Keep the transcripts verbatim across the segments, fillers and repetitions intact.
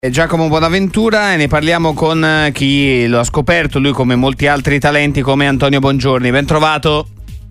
Giacomo Bonaventura, e ne parliamo con chi lo ha scoperto, lui come molti altri talenti, come Antonio Bongiorni. Ben trovato.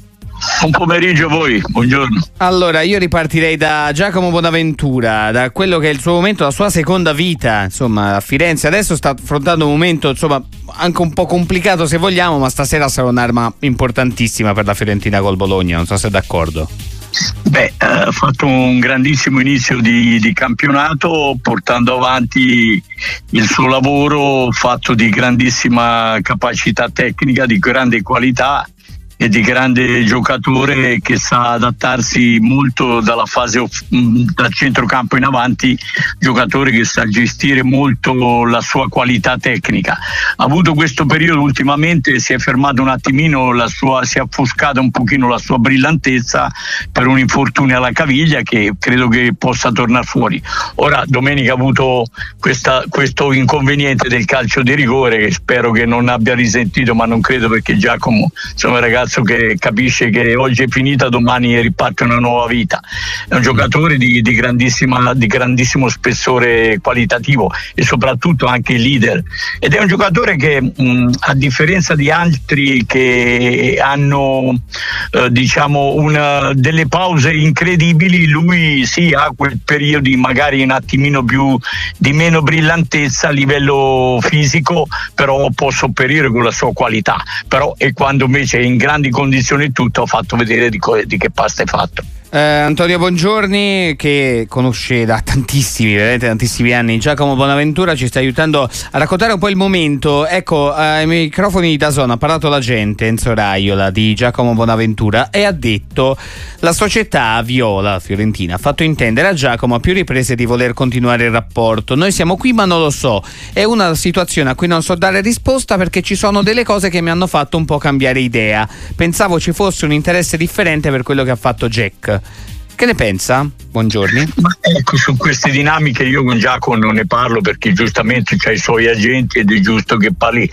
Buon pomeriggio a voi, buongiorno. Allora, io ripartirei da Giacomo Bonaventura, da quello che è il suo momento, la sua seconda vita, insomma, a Firenze. Adesso sta affrontando un momento, insomma, anche un po' complicato se vogliamo, ma stasera sarà un'arma importantissima per la Fiorentina col Bologna, non so se è d'accordo. Beh, ha eh, fatto un grandissimo inizio di, di campionato, portando avanti il suo lavoro fatto di grandissima capacità tecnica, di grande qualità e di grande giocatore che sa adattarsi molto dalla fase off- dal centrocampo in avanti, giocatore che sa gestire molto la sua qualità tecnica. Ha avuto questo periodo ultimamente, si è fermato un attimino, la sua, si è offuscata un pochino la sua brillantezza per un infortunio alla caviglia che credo che possa tornare fuori. Ora domenica ha avuto questa, questo inconveniente del calcio di rigore che spero che non abbia risentito, ma non credo, perché Giacomo insomma è un ragazzo che capisce che oggi è finita, domani riparte una nuova vita. È un giocatore di, di, grandissima, di grandissimo spessore qualitativo e soprattutto anche leader, ed è un giocatore che mh, a differenza di altri che hanno eh, diciamo una, delle pause incredibili, lui sì ha quel periodi magari un attimino più di meno brillantezza a livello fisico, però può sopperire con la sua qualità, però e quando invece è in grandi condizioni tutto, ha fatto vedere di, co- di che pasta è fatto. Eh, Antonio Bongiorni, che conosce da tantissimi, veramente tantissimi anni, Giacomo Bonaventura, ci sta aiutando a raccontare un po' il momento. Ecco, ai microfoni di DAZN ha parlato la gente, Enzo Raiola, di Giacomo Bonaventura, e ha detto: la società Viola, Fiorentina, ha fatto intendere a Giacomo a più riprese di voler continuare il rapporto. Noi siamo qui ma non lo so, è una situazione a cui non so dare risposta perché ci sono delle cose che mi hanno fatto un po' cambiare idea. Pensavo ci fosse un interesse differente per quello che ha fatto Jack. Che ne pensa? Buongiorni. Ma ecco, su queste dinamiche io con Giacomo non ne parlo, perché giustamente c'ha i suoi agenti ed è giusto che parli.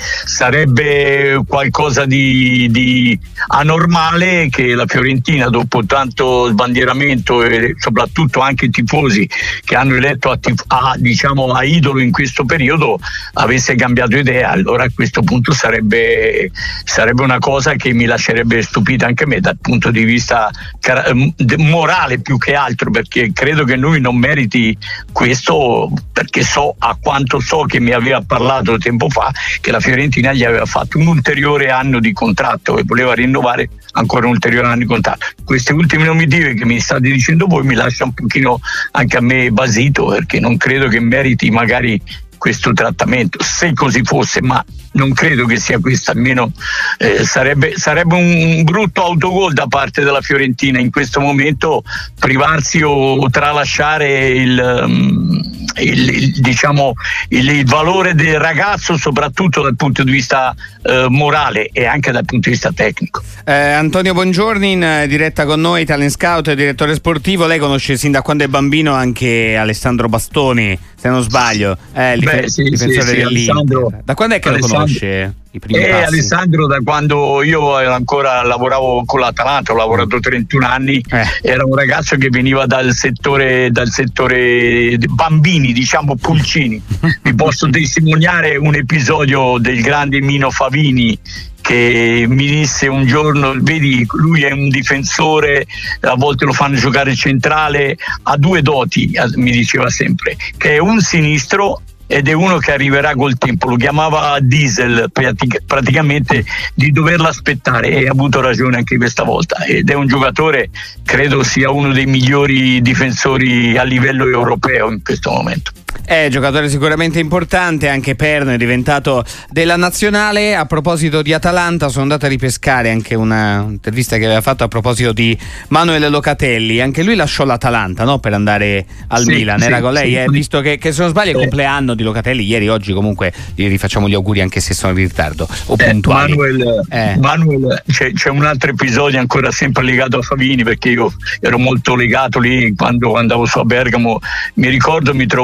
Sarebbe qualcosa di, di anormale che la Fiorentina, dopo tanto sbandieramento e soprattutto anche i tifosi che hanno eletto a, tif- a, diciamo, a idolo in questo periodo, avesse cambiato idea. Allora a questo punto sarebbe, sarebbe una cosa che mi lascerebbe stupita anche me dal punto di vista car- morale più che altro, perché credo che lui non meriti questo, perché so, a quanto so che mi aveva parlato tempo fa, che la Fiorentina gli aveva fatto un ulteriore anno di contratto e voleva rinnovare ancora un ulteriore anno di contratto. Queste ultime nominative che mi state dicendo voi mi lascia un pochino anche a me basito, perché non credo che meriti magari questo trattamento, se così fosse, ma non credo che sia questo, almeno eh, sarebbe, sarebbe un brutto autogol da parte della Fiorentina in questo momento, privarsi o, o tralasciare il, um, il, il, diciamo, il, il valore del ragazzo, soprattutto dal punto di vista eh, morale e anche dal punto di vista tecnico. Eh, Antonio Bongiorni in diretta con noi, talent scout e direttore sportivo. Lei conosce sin da quando è bambino anche Alessandro Bastoni, se non sbaglio, eh, il Beh, dife- sì, difensore sì, sì, dell'Inter. Da quando è che Alessandro, lo conosce? I primi eh, passi? Alessandro da quando io ancora lavoravo con l'Atalanta, ho lavorato trentuno anni, eh. Era un ragazzo che veniva dal settore dal settore bambini, diciamo pulcini. Vi posso testimoniare un episodio del grande Mino Favini, che mi disse un giorno: vedi, lui è un difensore, a volte lo fanno giocare centrale, ha due doti, mi diceva sempre, che è un sinistro ed è uno che arriverà col tempo. Lo chiamava Diesel, pratic- praticamente di doverlo aspettare, e ha avuto ragione anche questa volta, ed è un giocatore, credo sia uno dei migliori difensori a livello europeo in questo momento. È giocatore sicuramente importante, anche Perno è diventato della nazionale. A proposito di Atalanta, sono andato a ripescare anche una intervista che aveva fatto a proposito di Manuel Locatelli. Anche lui lasciò l'Atalanta, no? Per andare al sì, Milan. Sì, Era con lei, sì, eh? sì. Visto che, che se non sbaglio è il compleanno di Locatelli ieri, oggi comunque gli rifacciamo gli auguri anche se sono in ritardo o eh, puntuali. Manuel, eh. Manuel c'è, c'è un altro episodio ancora sempre legato a Favini, perché io ero molto legato lì quando andavo su a Bergamo. Mi ricordo mi trovai nel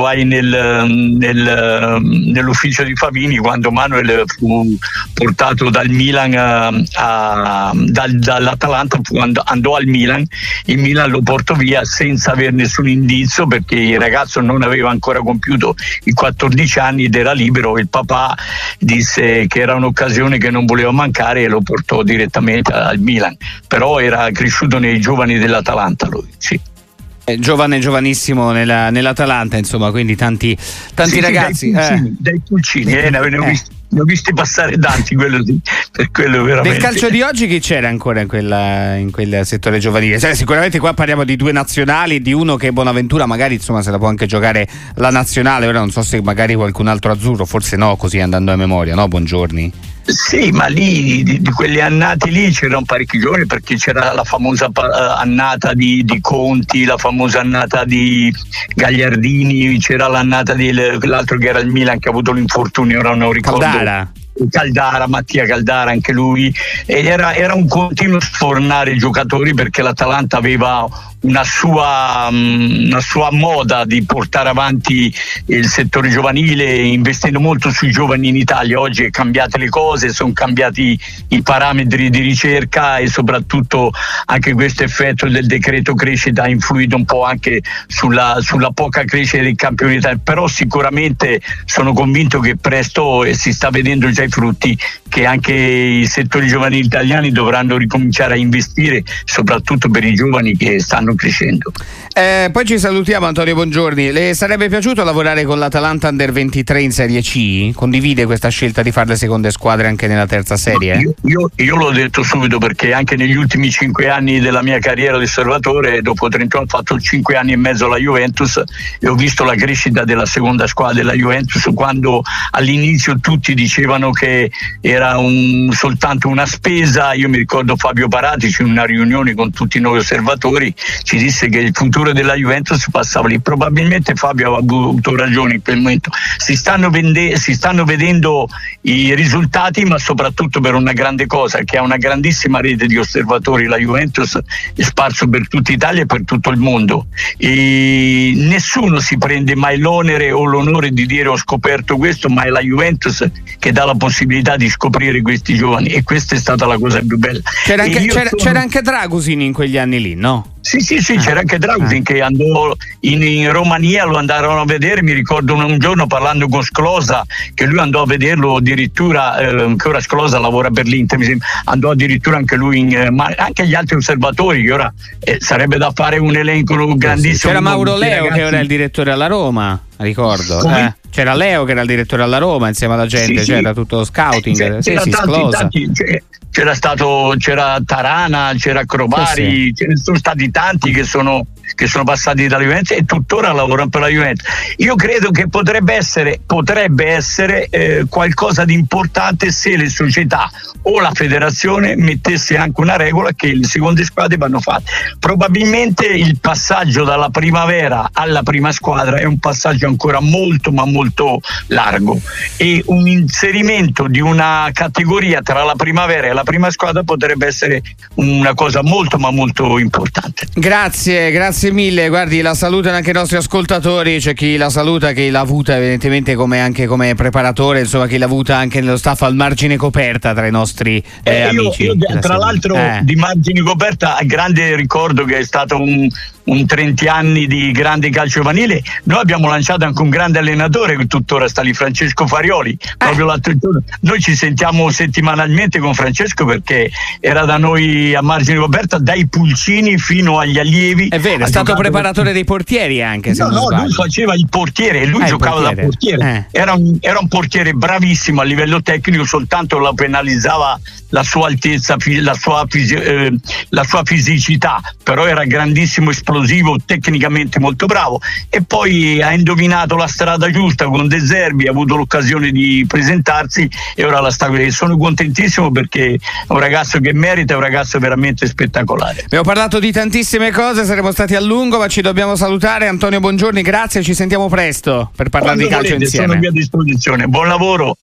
nel, nel, nell'ufficio di Favini quando Manuel fu portato dal Milan a, a, dal, dall'Atalanta, quando andò al Milan, il Milan lo portò via senza avere nessun indizio perché il ragazzo non aveva ancora compiuto i quattordici anni ed era libero. Il papà disse che era un'occasione che non voleva mancare e lo portò direttamente al Milan, però era cresciuto nei giovani dell'Atalanta lui, sì. Eh, giovane, giovanissimo nella, nell'Atalanta, insomma, quindi tanti, tanti sì, ragazzi. Sì, dai pulcini, eh. dai pulcini eh, ne ho, eh. visti, ne ho visti passare tanti, quello sì, per quello veramente. Del calcio di oggi chi c'era ancora in, quella, in quel settore giovanile? Cioè, sicuramente qua parliamo di due nazionali, di uno che Bonaventura magari insomma se la può anche giocare la nazionale, ora non so se magari qualcun altro azzurro, forse no, così andando a memoria, no? Buongiorni. Sì, ma lì di, di quelli annati lì c'erano parecchi giovani perché c'era la famosa annata di, di Conti, la famosa annata di Gagliardini, c'era l'annata dell'altro che era il Milan che ha avuto l'infortunio, ora non ricordo. Caldara. Caldara, Mattia Caldara anche lui, ed era, era un continuo sfornare giocatori perché l'Atalanta aveva una sua, una sua moda di portare avanti il settore giovanile investendo molto sui giovani in Italia. Oggi è cambiate le cose, sono cambiati i parametri di ricerca e soprattutto anche questo effetto del decreto crescita ha influito un po' anche sulla, sulla poca crescita dei campioni d'Italia, però sicuramente sono convinto che presto eh, si sta vedendo già i frutti, che anche i settori giovanili italiani dovranno ricominciare a investire soprattutto per i giovani che stanno crescendo. Eh, poi ci salutiamo. Antonio Buongiorni, le sarebbe piaciuto lavorare con l'Atalanta Under ventitré in Serie C? Condivide questa scelta di fare le seconde squadre anche nella terza serie? Io, io, io l'ho detto subito perché anche negli ultimi cinque anni della mia carriera di osservatore, dopo trentuno ho fatto cinque anni e mezzo alla Juventus e ho visto la crescita della seconda squadra della Juventus, quando all'inizio tutti dicevano che era un, soltanto una spesa. Io mi ricordo Fabio Paratici in una riunione con tutti noi osservatori ci disse che il futuro della Juventus passava lì. Probabilmente Fabio aveva avuto ragione in quel momento. Si stanno, vende- si stanno vedendo i risultati, ma soprattutto per una grande cosa, che ha una grandissima rete di osservatori, la Juventus è sparso per tutta Italia e per tutto il mondo, e nessuno si prende mai l'onere o l'onore di dire ho scoperto questo, ma è la Juventus che dà la possibilità di scoprire questi giovani, e questa è stata la cosa più bella. C'era anche, c'era, sono... c'era anche Dragusin in quegli anni lì, no? Sì, sì, sì, c'era anche Dragusin eh. che andò in, in Romania, lo andarono a vedere. Mi ricordo un, un giorno parlando con Sclosa che lui andò a vederlo addirittura, eh, che ora Sclosa lavora per l'Inter, mi sembra, andò addirittura anche lui, in, eh, ma anche gli altri osservatori, che ora eh, sarebbe da fare un elenco grandissimo. C'era Mauro Leo ragazzi. Che ora è il direttore alla Roma, ricordo. Eh. C'era Leo che era il direttore alla Roma insieme alla gente, sì, c'era sì. tutto lo scouting. C'era, sì, c'era sì, tanti, tanti, c'era, c'era stato c'era Tarana, c'era Crobari, sì, sì. Ce ne sono stati tanti che sono che sono passati dalla Juventus e tuttora lavorano per la Juventus. Io credo che potrebbe essere potrebbe essere eh, qualcosa di importante se le società o la federazione mettesse anche una regola che le seconde squadre vanno fatte. Probabilmente il passaggio dalla primavera alla prima squadra è un passaggio ancora molto ma molto largo, e un inserimento di una categoria tra la primavera e la prima squadra potrebbe essere una cosa molto ma molto importante. Grazie, grazie mille. Guardi, la salutano anche i nostri ascoltatori, c'è chi la saluta, chi l'ha avuta evidentemente come anche come preparatore, insomma chi l'ha avuta anche nello staff al margine coperta tra i nostri eh, eh, io, amici. Io, tra l'altro eh. di margine coperta grande ricordo che è stato un un trenta anni di grande calcio giovanile. Noi abbiamo lanciato anche un grande allenatore che tuttora sta lì, Francesco Farioli, proprio l'altro giorno. Noi ci sentiamo settimanalmente con Francesco perché era da noi a margine coperta dai pulcini fino agli allievi. È vero, è stato preparatore per... dei portieri anche, se no, non no, sbaglio. lui faceva il portiere e lui ah, giocava portiere. da portiere eh. era, un, era un portiere bravissimo a livello tecnico, soltanto la penalizzava la sua altezza, la sua, fisi- eh, la sua fisicità, però era grandissimo esplosivo, tecnicamente molto bravo, e poi ha indovinato la strada giusta con De Zerbi, ha avuto l'occasione di presentarsi e ora la sta. Sono contentissimo perché è un ragazzo che merita, è un ragazzo veramente spettacolare. Abbiamo parlato di tantissime cose, saremo stati a lungo, ma ci dobbiamo salutare. Antonio Buongiorni, grazie, ci sentiamo presto per parlare Quando di calcio volete, insieme. Sono a mia disposizione, buon lavoro.